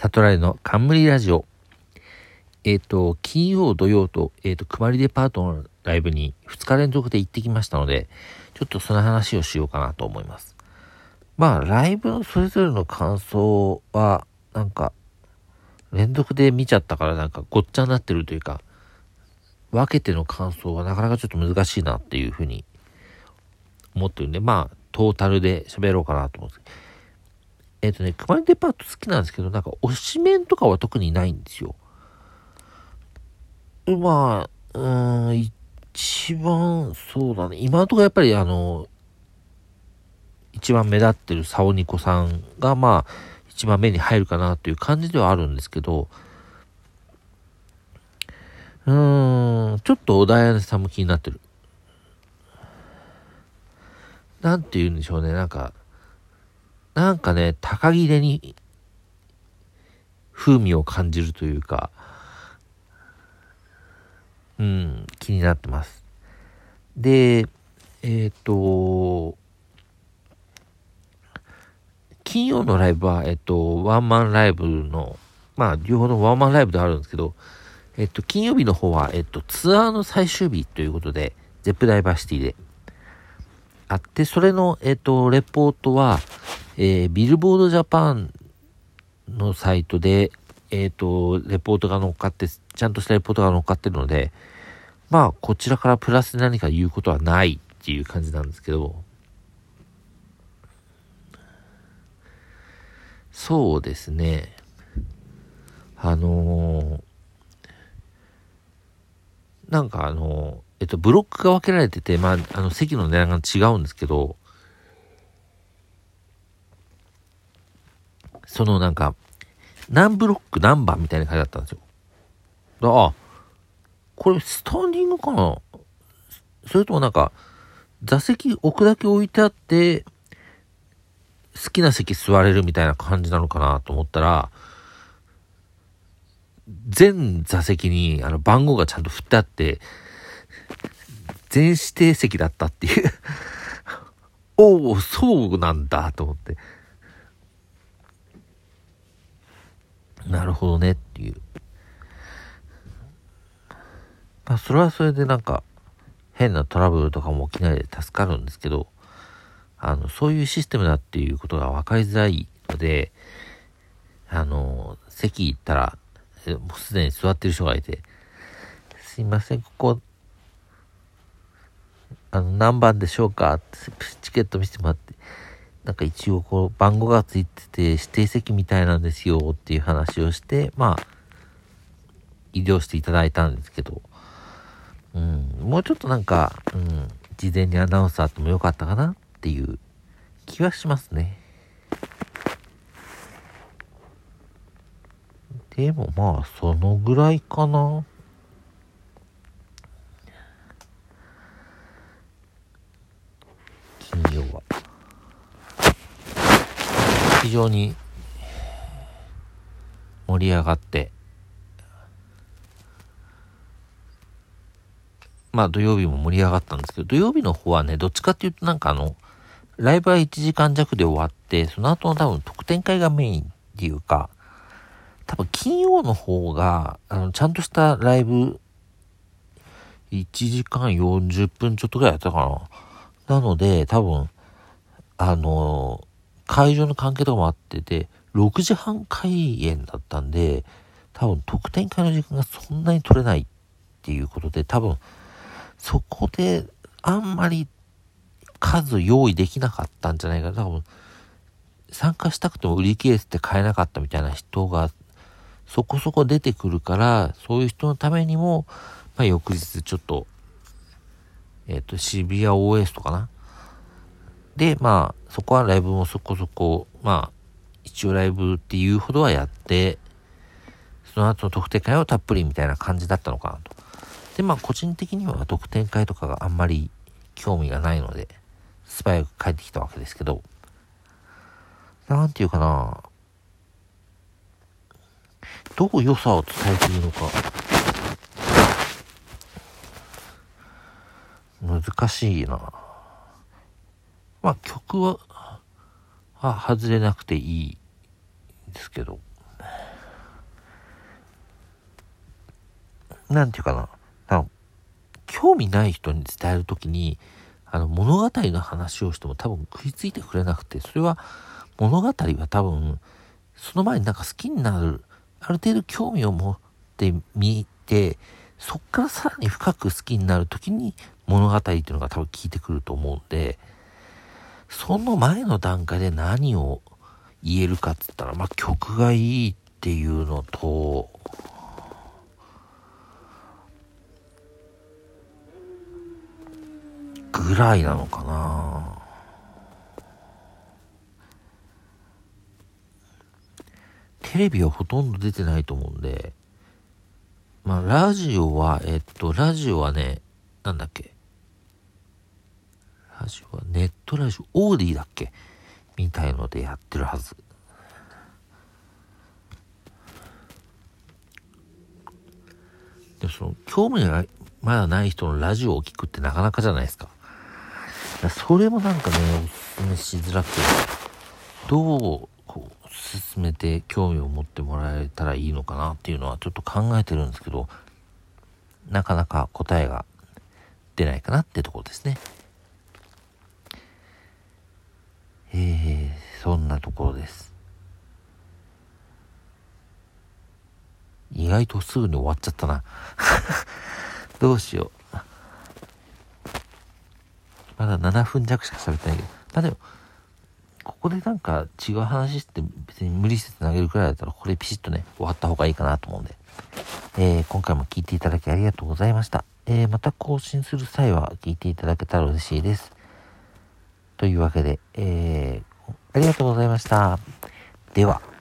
トライの冠ラジオ。金曜土曜と、くまりデパートのライブに2日連続で行ってきましたので、ちょっとその話をしようかなと思います。まあ、ライブのそれぞれの感想は、なんか、連続で見ちゃったからなんかごっちゃになってるというか、分けての感想はなかなかちょっと難しいなっていうふうに思ってるんで、まあ、トータルで喋ろうかなと思って。くまりデパート好きなんですけど、なんか推しメンとかは特にないんですよ。まあ、一番、そうだね。今のところやっぱり一番目立ってるサオニコさんが、まあ、一番目に入るかなという感じではあるんですけど、ちょっと小田彩さんも気になってる。なんて言うんでしょうね。なんかね、高切れに風味を感じるというか、気になってます。で、金曜のライブは、ワンマンライブの、まあ、両方のワンマンライブであるんですけど、金曜日の方は、ツアーの最終日ということで、ゼップダイバーシティであって、それの、レポートは、ビルボードジャパンのサイトで、レポートが乗っかって、ちゃんとしたレポートが乗っかってるので、まあ、こちらからプラスで何か言うことはないっていう感じなんですけど、そうですね。なんかブロックが分けられてて、まあ、席の値段が違うんですけど、そのなんか、何ブロック何番みたいに書いてあったんですよ。これスタンディングかな？それともなんか、座席置くだけ置いてあって、好きな席座れるみたいな感じなのかなと思ったら、全座席に番号がちゃんと振ってあって、全指定席だったっていうおお、そうなんだと思って。なるほどねっていう。まあ、それはそれでなんか、変なトラブルとかも起きないで助かるんですけど、そういうシステムだっていうことが分かりづらいので、席行ったら、もうすでに座ってる人がいて、すいません、ここ、何番でしょうかってチケット見せてもらって、なんか一応こう番号がついてて指定席みたいなんですよっていう話をして、まあ、移動していただいたんですけど、もうちょっとなんか、事前にアナウンスあってもよかったかなっていう気はしますね。でもまあ、そのぐらいかな。金曜は。非常に盛り上がって、まあ土曜日も盛り上がったんですけど、土曜日の方はね、どっちかっていうとなんかライブは1時間弱で終わって、その後の多分特典会がメインっていうか、多分金曜の方が、ちゃんとしたライブ、1時間40分ちょっとぐらいやったかな。なので、多分、会場の関係とかもあってて、6時半開演だったんで、多分特典会の時間がそんなに取れないっていうことで、多分、そこであんまり数用意できなかったんじゃないかな。多分、参加したくても売り切れて買えなかったみたいな人がそこそこ出てくるから、そういう人のためにも、まあ、翌日ちょっと、渋谷 OS とかな。で、まあ、そこはライブもそこそこ、まあ、一応ライブっていうほどはやって、その後の特典会はたっぷりみたいな感じだったのかなと。で、まあ、個人的には特典会とかがあんまり興味がないので、素早く帰ってきたわけですけど、なんていうかな、どう良さを伝えているのか、難しいな。まあ曲は外れなくていいですけど、 なんていうかな、興味ない人に伝えるときに、物語の話をしても多分食いついてくれなくて、それは物語は多分、その前になんか好きになる、ある程度興味を持ってみて、そっからさらに深く好きになるときに物語っていうのが多分効いてくると思うんで、その前の段階で何を言えるかって言ったら、まあ曲がいいっていうのと、ぐらいなのかな。テレビはほとんど出てないと思うんで、まあラジオはね、なんだっけ、ラジオはネットラジオ、オーディだっけみたいのでやってるはず。でもその興味がまだない人のラジオを聞くってなかなかじゃないですか。それもなんかね、おすすめしづらくて、どうこう進めて興味を持ってもらえたらいいのかなっていうのはちょっと考えてるんですけど、なかなか答えが出ないかなってところですね。そんなところです。意外とすぐに終わっちゃったな。どうしよう。まだ7分弱しか喋ってないけど。まあでも、ここでなんか違う話して別に無理して投げるくらいだったら、これピシッとね、終わった方がいいかなと思うんで。今回も聞いていただきありがとうございました。また更新する際は聞いていただけたら嬉しいです。というわけで、ありがとうございました。では。